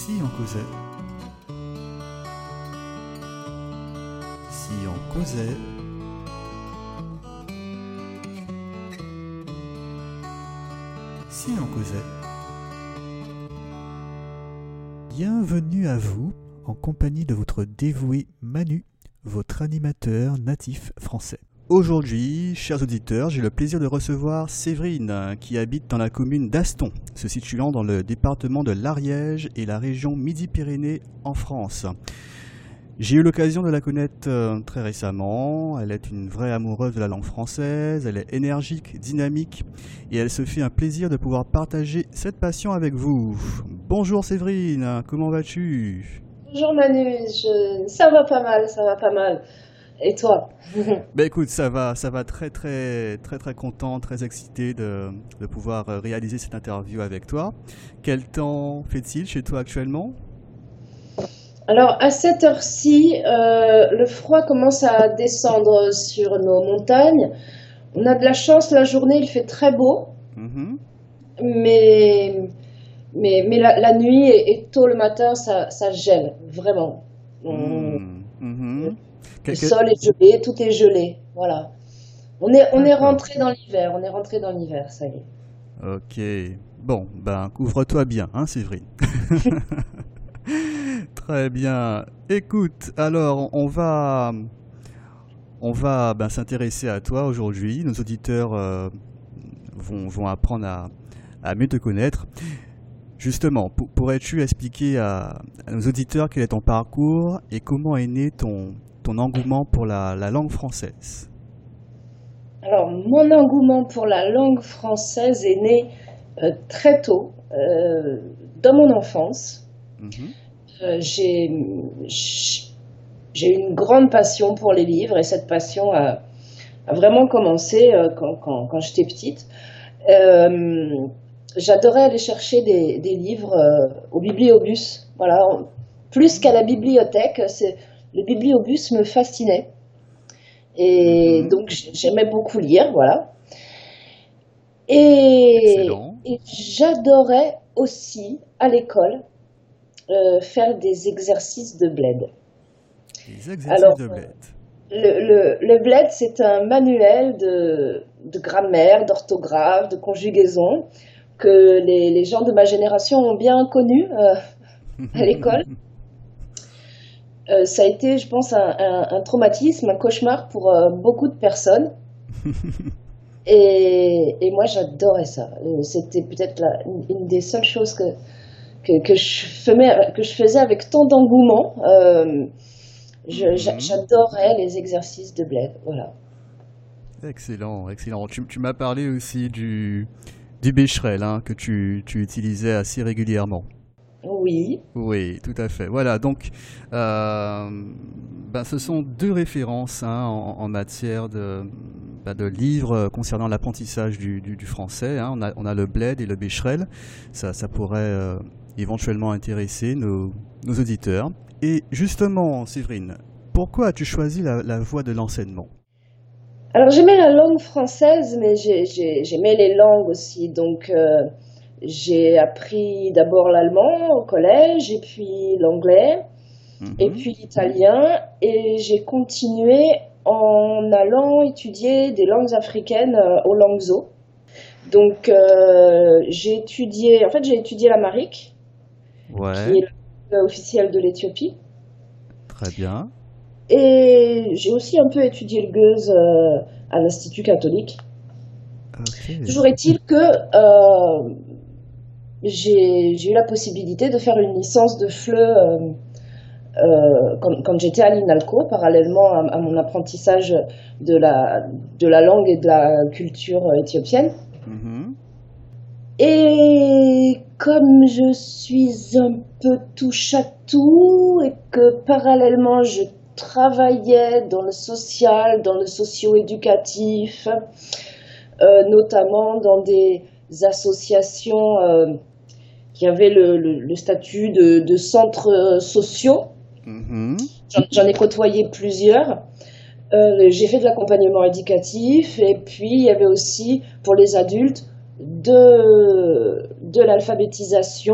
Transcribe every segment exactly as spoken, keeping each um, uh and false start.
Si on causait. Si on causait. Si on causait. Bienvenue à vous, en compagnie de votre dévoué Manu, votre animateur natif français. Aujourd'hui, chers auditeurs, j'ai le plaisir de recevoir Séverine, qui habite dans la commune d'Aston, se situant dans le département de l'Ariège et la région Midi-Pyrénées en France. J'ai eu l'occasion de la connaître euh, très récemment. Elle est une vraie amoureuse de la langue française, elle est énergique, dynamique, et elle se fait un plaisir de pouvoir partager cette passion avec vous. Bonjour Séverine, comment vas-tu ? Bonjour Manu, je... ça va pas mal, ça va pas mal. Et toi ? Ben écoute, ça va, ça va très très très très content, très excité de, de pouvoir réaliser cette interview avec toi. Quel temps fait-il chez toi actuellement ? Alors à cette heure-ci, euh, le froid commence à descendre sur nos montagnes. On a de la chance, la journée il fait très beau, mm-hmm. mais, mais, mais la, la nuit et, et tôt le matin, ça, ça gèle, vraiment. Mm, mm-hmm. Le sol est gelé, tout est gelé, voilà. On est, on est rentré dans l'hiver, on est rentré dans l'hiver, ça y est. Ok, bon, ben couvre-toi bien, hein Séverine. Très bien. Écoute, alors on va, on va ben, s'intéresser à toi aujourd'hui. Nos auditeurs euh, vont, vont apprendre à, à mieux te connaître. Justement, pour, pourrais-tu expliquer à, à nos auditeurs quel est ton parcours et comment est né ton, ton engouement pour la, la langue française ? Alors, mon engouement pour la langue française est né euh, très tôt, euh, dans mon enfance. Mmh. Euh, j'ai, j'ai une grande passion pour les livres et cette passion a, a vraiment commencé euh, quand, quand, quand j'étais petite. Euh, j'adorais aller chercher des, des livres euh, au bibliobus. Voilà. Plus qu'à la bibliothèque, c'est, le bibliobus me fascinait. Et mmh. donc j'aimais beaucoup lire, voilà. Et, et j'adorais aussi, à l'école, Euh, faire des exercices de bled. Des exercices Alors, de bled. Le, le, le bled, c'est un manuel de, de grammaire, d'orthographe, de conjugaison que les, les gens de ma génération ont bien connu euh, à l'école. Euh, ça a été, je pense, un, un, un traumatisme, un cauchemar pour euh, beaucoup de personnes. et, et moi, j'adorais ça. C'était peut-être la, une, une des seules choses que Que, que, je faisais, que je faisais avec tant d'engouement. Euh, je, mmh. J'adorais les exercices de bled. Voilà. Excellent, excellent. Tu, tu m'as parlé aussi du, du Becherel hein, que tu, tu utilisais assez régulièrement. Oui. Oui, tout à fait. Voilà, donc euh, ben, ce sont deux références hein, en, en matière de, ben, de livres concernant l'apprentissage du, du, du français. Hein. On a, on a le bled et le Becherel. Ça, ça pourrait euh, éventuellement intéresser nos, nos auditeurs. Et justement, Séverine, pourquoi as-tu choisi la, la voie de l'enseignement ? Alors j'aimais la langue française, mais j'ai, j'ai, j'aimais les langues aussi. Donc euh, j'ai appris d'abord l'allemand au collège, et puis l'anglais, mmh. et puis l'italien. Et j'ai continué en allant étudier des langues africaines euh, au Langso. Donc euh, j'ai étudié, en fait j'ai étudié l'amharique, ouais. qui est la langue officielle de l'Éthiopie. Très bien. Et j'ai aussi un peu étudié le gueuse euh, à l'Institut catholique. Okay. Toujours est-il que euh, j'ai, j'ai eu la possibilité de faire une licence de F L E euh, euh, quand, quand j'étais à l'INALCO, parallèlement à, à mon apprentissage de la, de la langue et de la culture éthiopienne. Mm-hmm. Et comme je suis un peu touche à tout et que parallèlement je travaillais dans le social, dans le socio-éducatif, euh, notamment dans des associations euh, qui avaient le, le, le statut de, de centres sociaux. Mmh. J'en, j'en ai côtoyé plusieurs. Euh, j'ai fait de l'accompagnement éducatif et puis il y avait aussi pour les adultes de, de l'alphabétisation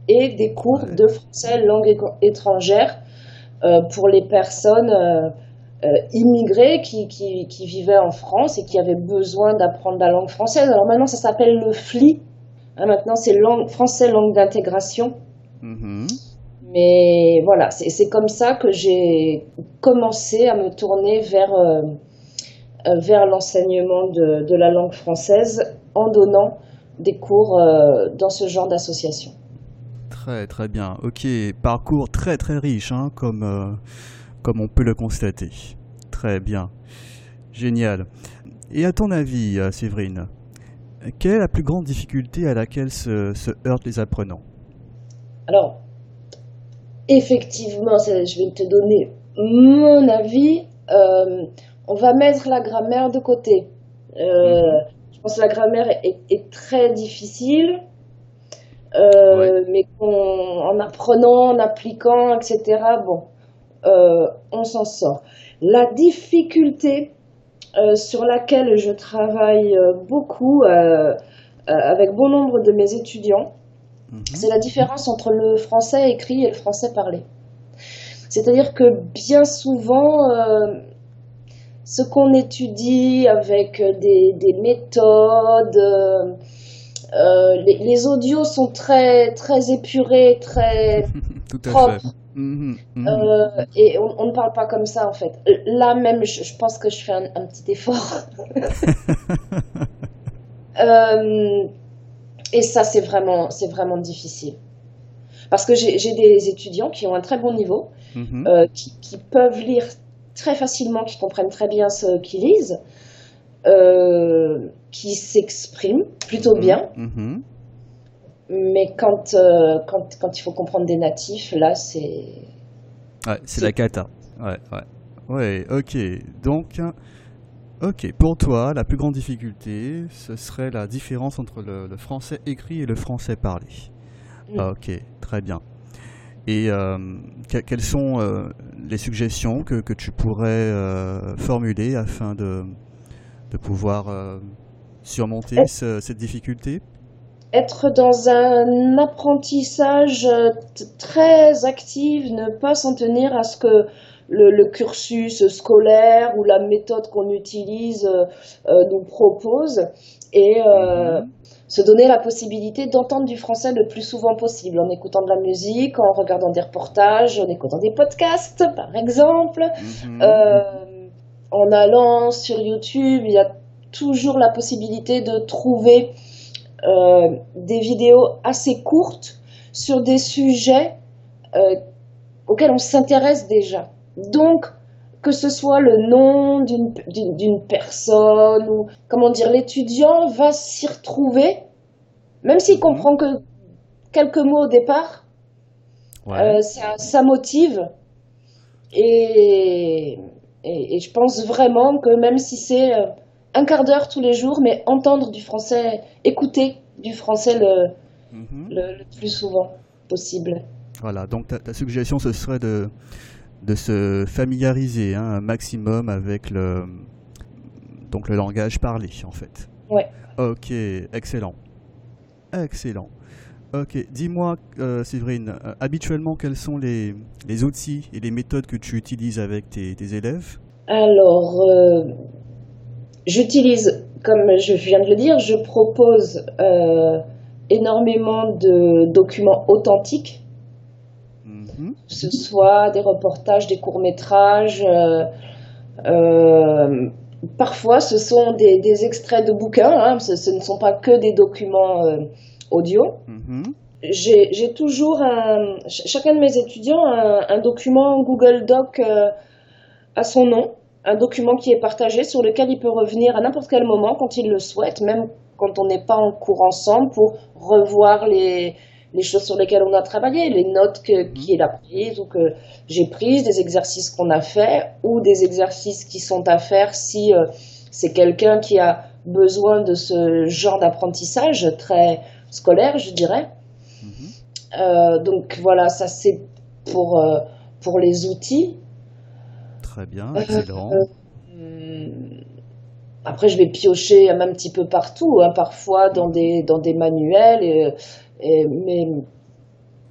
et des cours Ouais. de français langue éco- étrangère euh, pour les personnes euh, euh, immigrées qui, qui, qui vivaient en France et qui avaient besoin d'apprendre la langue française. Alors maintenant, ça s'appelle le F L I. Hein, maintenant, c'est langue, français langue d'intégration. Mhm. Mais voilà, c'est c'est comme ça que j'ai commencé à me tourner vers, euh, euh, vers l'enseignement de, de la langue française en donnant des cours euh, dans ce genre d'association. Très très bien. Ok, parcours très très riche, hein, comme, euh, comme on peut le constater. Très bien. Génial. Et à ton avis, euh, Séverine, quelle est la plus grande difficulté à laquelle se, se heurtent les apprenants? Alors, effectivement, ça, je vais te donner mon avis. Euh, on va mettre la grammaire de côté. Euh, Mhm. je pense que la grammaire est, est très difficile, Ouais. euh, mais qu'on- en apprenant, en appliquant, et cetera, bon, euh, on s'en sort. La difficulté euh, sur laquelle je travaille euh, beaucoup euh, euh, avec bon nombre de mes étudiants, Mhm. c'est la différence entre le français écrit et le français parlé. C'est-à-dire que bien souvent, euh, ce qu'on étudie avec des, des méthodes, euh, euh, les, les audios sont très, très épurés, très Tout à fait. propres, Mhm. Mhm. euh, et on, on ne parle pas comme ça en fait. Là même, je, je pense que je fais un, un petit effort. Euh, et ça, c'est vraiment, c'est vraiment difficile. Parce que j'ai j'ai des étudiants qui ont un très bon niveau, Mhm. euh, qui, qui peuvent lire très facilement, qui comprennent très bien ce qu'ils lisent, euh, qui s'expriment plutôt Mhm. bien. Mhm. Mais quand, euh, quand, quand il faut comprendre des natifs, là, c'est... Ouais, c'est la c'est- cata. Ouais, ouais. Ouais, ok. Donc, ok, pour toi, la plus grande difficulté, ce serait la différence entre le, le français écrit et le français parlé. Mm. Ok, très bien. Et euh, que- quelles sont euh, les suggestions que, que tu pourrais euh, formuler afin de, de pouvoir euh, surmonter ce- cette difficulté? Être dans un apprentissage euh, t- très actif, ne pas s'en tenir à ce que le, le cursus scolaire ou la méthode qu'on utilise euh, euh, nous propose, et euh, Mhm. se donner la possibilité d'entendre du français le plus souvent possible, en écoutant de la musique, en regardant des reportages, en écoutant des podcasts, par exemple, Mhm. euh, en allant sur YouTube. Il y a toujours la possibilité de trouver euh, des vidéos assez courtes sur des sujets euh, auxquels on s'intéresse déjà. Donc, que ce soit le nom d'une d'une- d'une personne ou, comment dire, l'étudiant va s'y retrouver, même s'il Mhm. comprend que quelques mots au départ, Ouais. euh, ça, ça motive. Et, et, et je pense vraiment que même si c'est euh, un quart d'heure tous les jours, mais entendre du français, écouter du français le, Mhm. le, le plus souvent possible. Voilà, donc ta, ta suggestion, ce serait de, de se familiariser hein, un maximum avec le, donc le langage parlé, en fait. Ouais. Ok, excellent. Excellent. Ok, dis-moi, euh, Séverine, euh, habituellement, quels sont les, les outils et les méthodes que tu utilises avec tes, tes élèves? Alors, euh, j'utilise, comme je viens de le dire, je propose euh, énormément de documents authentiques, Mhm. que ce soit des reportages, des courts-métrages. Euh, euh, parfois, ce sont des, des extraits de bouquins, hein, ce, ce ne sont pas que des documents euh, audio. Mhm. J'ai j'ai toujours un, ch- chacun de mes étudiants a un, un document Google Doc euh, à son nom, un document qui est partagé sur lequel il peut revenir à n'importe quel moment quand il le souhaite, même quand on n'est pas en cours ensemble, pour revoir les, les choses sur lesquelles on a travaillé, les notes que, Mhm. qu'il a prises ou que j'ai prises, des exercices qu'on a faits ou des exercices qui sont à faire si euh, c'est quelqu'un qui a besoin de ce genre d'apprentissage très scolaire, je dirais. Mhm. Euh, donc voilà, ça c'est pour, euh, pour les outils. Très bien, Euh, excellent. Après, je vais piocher un petit peu partout, hein, parfois dans Mhm. des, dans des manuels, et, et- mais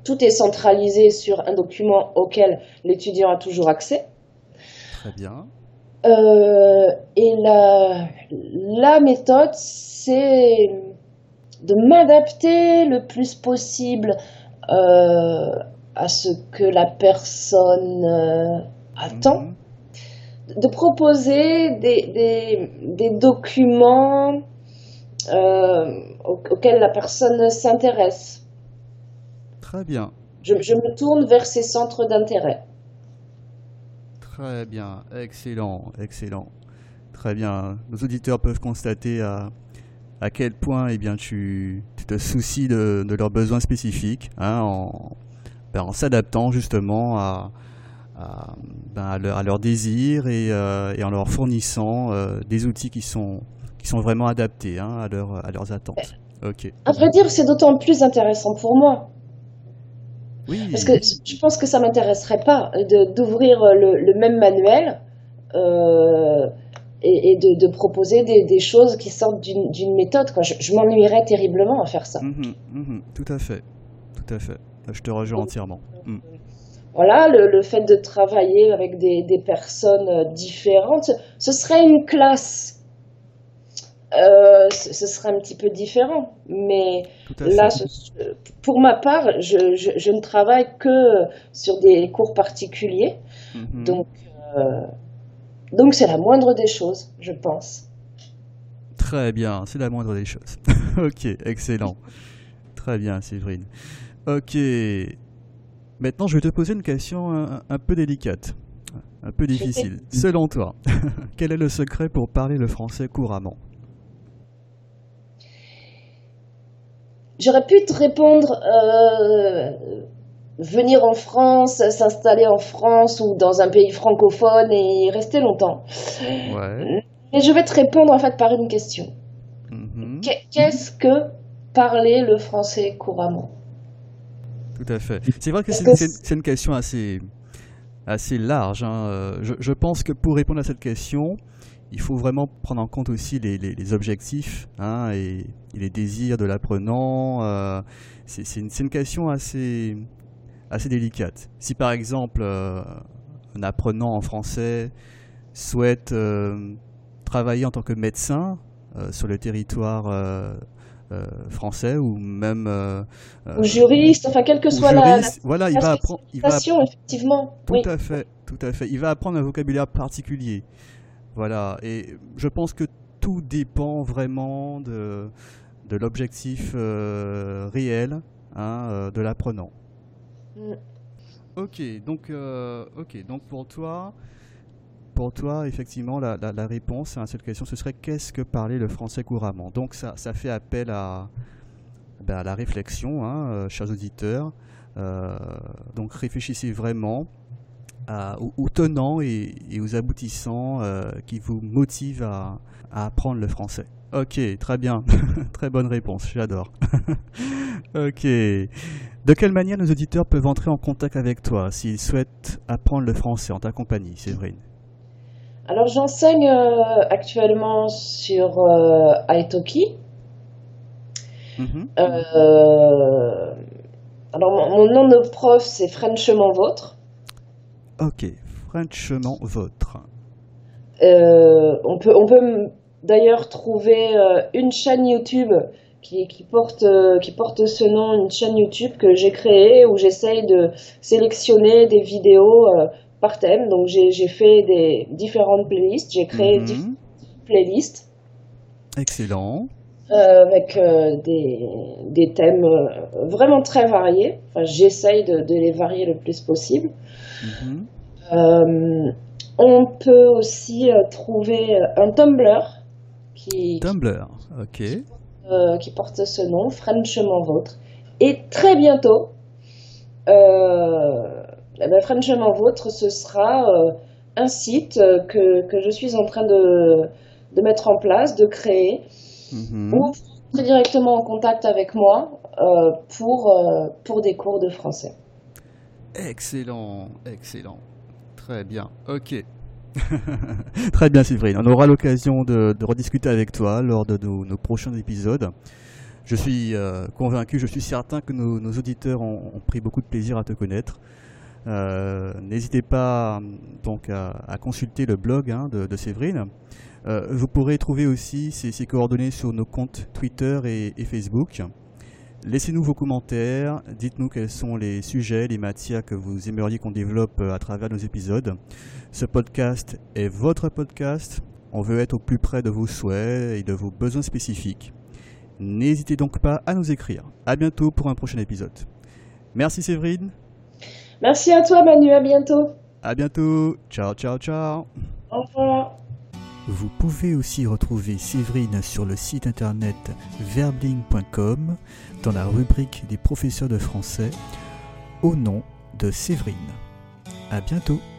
tout est centralisé sur un document auquel l'étudiant a toujours accès. Très bien. Euh, et la, la méthode, c'est de m'adapter le plus possible euh, à ce que la personne euh, attend, mmh. de proposer des, des, des documents euh, auxquels la personne s'intéresse. Très bien. Je, je me tourne vers ces centres d'intérêt. Très bien, excellent, excellent. Très bien. Nos auditeurs peuvent constater à, à quel point eh bien, tu, tu te soucies de, de leurs besoins spécifiques, hein, en, ben, en s'adaptant justement à, à, ben, à, leur, à leurs désirs et, euh, et en leur fournissant euh, des outils qui sont, qui sont vraiment adaptés, hein, à, leur, à leurs attentes. Okay. À vrai dire, c'est d'autant plus intéressant pour moi. Oui. Parce que je pense que ça ne m'intéresserait pas de, d'ouvrir le, le même manuel euh, et, et de, de proposer des, des choses qui sortent d'une, d'une méthode. Quoi. Je, je m'ennuierais terriblement à faire ça. Mmh, mmh, tout à fait, tout à fait. Je te rejoins Donc, entièrement. Mmh. Voilà, le, le fait de travailler avec des, des personnes différentes, ce serait une classe. Euh, ce, ce serait un petit peu différent, mais là, ce, pour ma part, je, je, je ne travaille que sur des cours particuliers, mmh. donc euh, donc c'est la moindre des choses, je pense. Très bien, c'est la moindre des choses. Ok, excellent. Très bien, Séverine. Ok, maintenant je vais te poser une question un, un peu délicate, un peu difficile. Selon toi, quel est le secret pour parler le français couramment ? J'aurais pu te répondre euh, venir en France, s'installer en France ou dans un pays francophone et y rester longtemps. Ouais. Mais je vais te répondre en fait par une question. Mm-hmm. Qu'est-ce que parler le français couramment ? Tout à fait. C'est vrai que c'est, que c'est, c'est une question assez, assez large. Hein. Je, je pense que pour répondre à cette question, il faut vraiment prendre en compte aussi les, les, les objectifs, hein, et, et les désirs de l'apprenant. Euh, c'est, c'est, une, c'est une question assez, assez délicate. Si par exemple euh, un apprenant en français souhaite euh, travailler en tant que médecin euh, sur le territoire euh, euh, français ou même euh, ou juriste, enfin quelle que soit juriste, la, voilà, la, il va apprendre, il va apprendre, effectivement. Tout oui. à fait, tout à fait. Il va apprendre un vocabulaire particulier. Voilà, et je pense que tout dépend vraiment de, de l'objectif euh, réel, hein, euh, de l'apprenant. Mm. Ok, donc, euh, ok, donc pour toi, pour toi, effectivement, la, la, la réponse à cette question, ce serait qu'est-ce que parler le français couramment ? Donc ça, ça fait appel à, ben, à la réflexion, hein, euh, chers auditeurs. Euh, donc réfléchissez vraiment À, aux, aux tenants et, et aux aboutissants euh, qui vous motivent à, à apprendre le français. Ok, très bien. Très bonne réponse, j'adore. Ok. De quelle manière nos auditeurs peuvent entrer en contact avec toi s'ils souhaitent apprendre le français en ta compagnie, Séverine ? Alors j'enseigne euh, actuellement sur euh, italki. Mm-hmm. Euh, alors mon, mon nom de prof c'est Franchement Vôtre. Ok, Franchement Vôtre. Euh, on peut, on peut d'ailleurs trouver euh, une chaîne YouTube qui, qui, porte, euh, qui porte ce nom, une chaîne YouTube que j'ai créée où j'essaye de sélectionner des vidéos euh, par thème. Donc j'ai, j'ai fait des différentes playlists, j'ai créé mm-hmm. différentes playlists. Excellent. Euh, avec euh, des, des thèmes euh, vraiment très variés. Enfin, j'essaye de, de les varier le plus possible. Mm-hmm. Euh, on peut aussi euh, trouver un Tumblr qui, Tumblr, ok. Qui, euh, qui porte ce nom, Franchement Vôtre. Et très bientôt, euh, eh ben, Franchement Vôtre, ce sera euh, un site que, que je suis en train de, de mettre en place, de créer, mm-hmm. où vous serez directement en contact avec moi euh, pour, euh, pour des cours de français. Excellent, excellent. Très bien, ok. Très bien, Séverine. On aura l'occasion de, de rediscuter avec toi lors de nos, nos prochains épisodes. Je suis euh, convaincu, je suis certain que nos, nos auditeurs ont, ont pris beaucoup de plaisir à te connaître. Euh, n'hésitez pas donc à, à consulter le blog hein, de, de Séverine. Euh, vous pourrez trouver aussi ses, ses coordonnées sur nos comptes Twitter et, et Facebook. Laissez-nous vos commentaires, dites-nous quels sont les sujets, les matières que vous aimeriez qu'on développe à travers nos épisodes. Ce podcast est votre podcast. On veut être au plus près de vos souhaits et de vos besoins spécifiques. N'hésitez donc pas à nous écrire. À bientôt pour un prochain épisode. Merci Séverine. Merci à toi Manu, à bientôt. À bientôt. Ciao, ciao, ciao. Au revoir. Vous pouvez aussi retrouver Séverine sur le site internet verbling point com dans la rubrique des professeurs de français au nom de Séverine. À bientôt.